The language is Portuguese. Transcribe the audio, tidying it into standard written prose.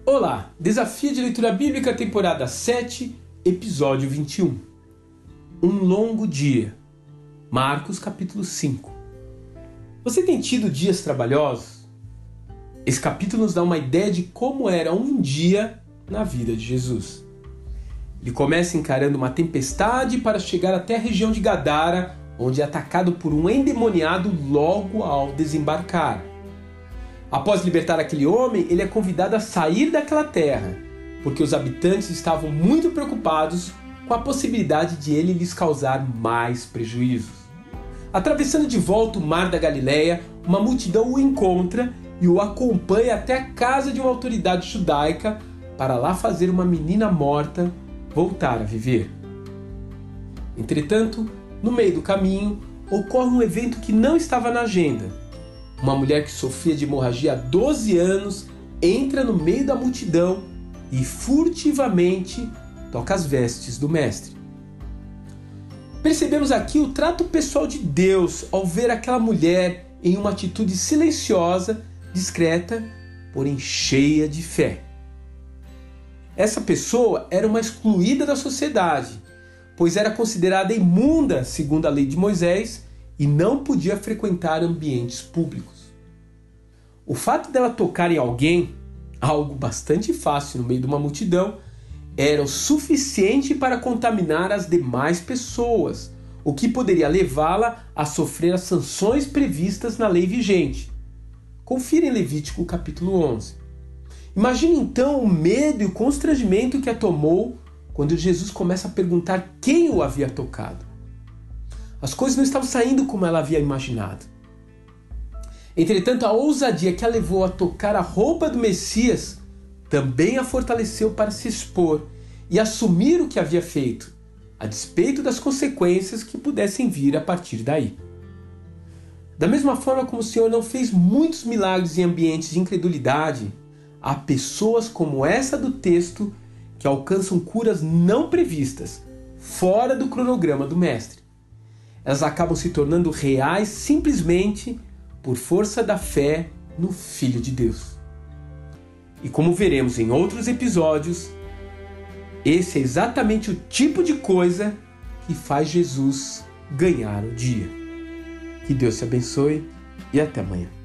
Olá, Desafio de Leitura Bíblica, temporada 7, episódio 21. Um longo dia. Marcos capítulo 5. Você tem tido dias trabalhosos? Esse capítulo nos dá uma ideia de como era um dia na vida de Jesus. Ele começa encarando uma tempestade para chegar até a região de Gadara, onde é atacado por um endemoniado logo ao desembarcar. Após libertar aquele homem, ele é convidado a sair daquela terra, porque os habitantes estavam muito preocupados com a possibilidade de ele lhes causar mais prejuízos. Atravessando de volta o mar da Galileia, uma multidão o encontra e o acompanha até a casa de uma autoridade judaica para lá fazer uma menina morta voltar a viver. Entretanto, no meio do caminho, ocorre um evento que não estava na agenda. Uma mulher que sofria de hemorragia há 12 anos entra no meio da multidão e furtivamente toca as vestes do mestre. Percebemos aqui o trato pessoal de Deus ao ver aquela mulher em uma atitude silenciosa, discreta, porém cheia de fé. Essa pessoa era uma excluída da sociedade, pois era considerada imunda segundo a lei de Moisés e não podia frequentar ambientes públicos. O fato dela tocar em alguém, algo bastante fácil no meio de uma multidão, era o suficiente para contaminar as demais pessoas, o que poderia levá-la a sofrer as sanções previstas na lei vigente. Confira em Levítico capítulo 11. Imagine então o medo e o constrangimento que a tomou quando Jesus começa a perguntar quem o havia tocado. As coisas não estavam saindo como ela havia imaginado. Entretanto, a ousadia que a levou a tocar a roupa do Messias também a fortaleceu para se expor e assumir o que havia feito, a despeito das consequências que pudessem vir a partir daí. Da mesma forma como o Senhor não fez muitos milagres em ambientes de incredulidade, há pessoas como essa do texto que alcançam curas não previstas, fora do cronograma do Mestre. Elas acabam se tornando reais simplesmente por força da fé no Filho de Deus. E como veremos em outros episódios, esse é exatamente o tipo de coisa que faz Jesus ganhar o dia. Que Deus te abençoe e até amanhã.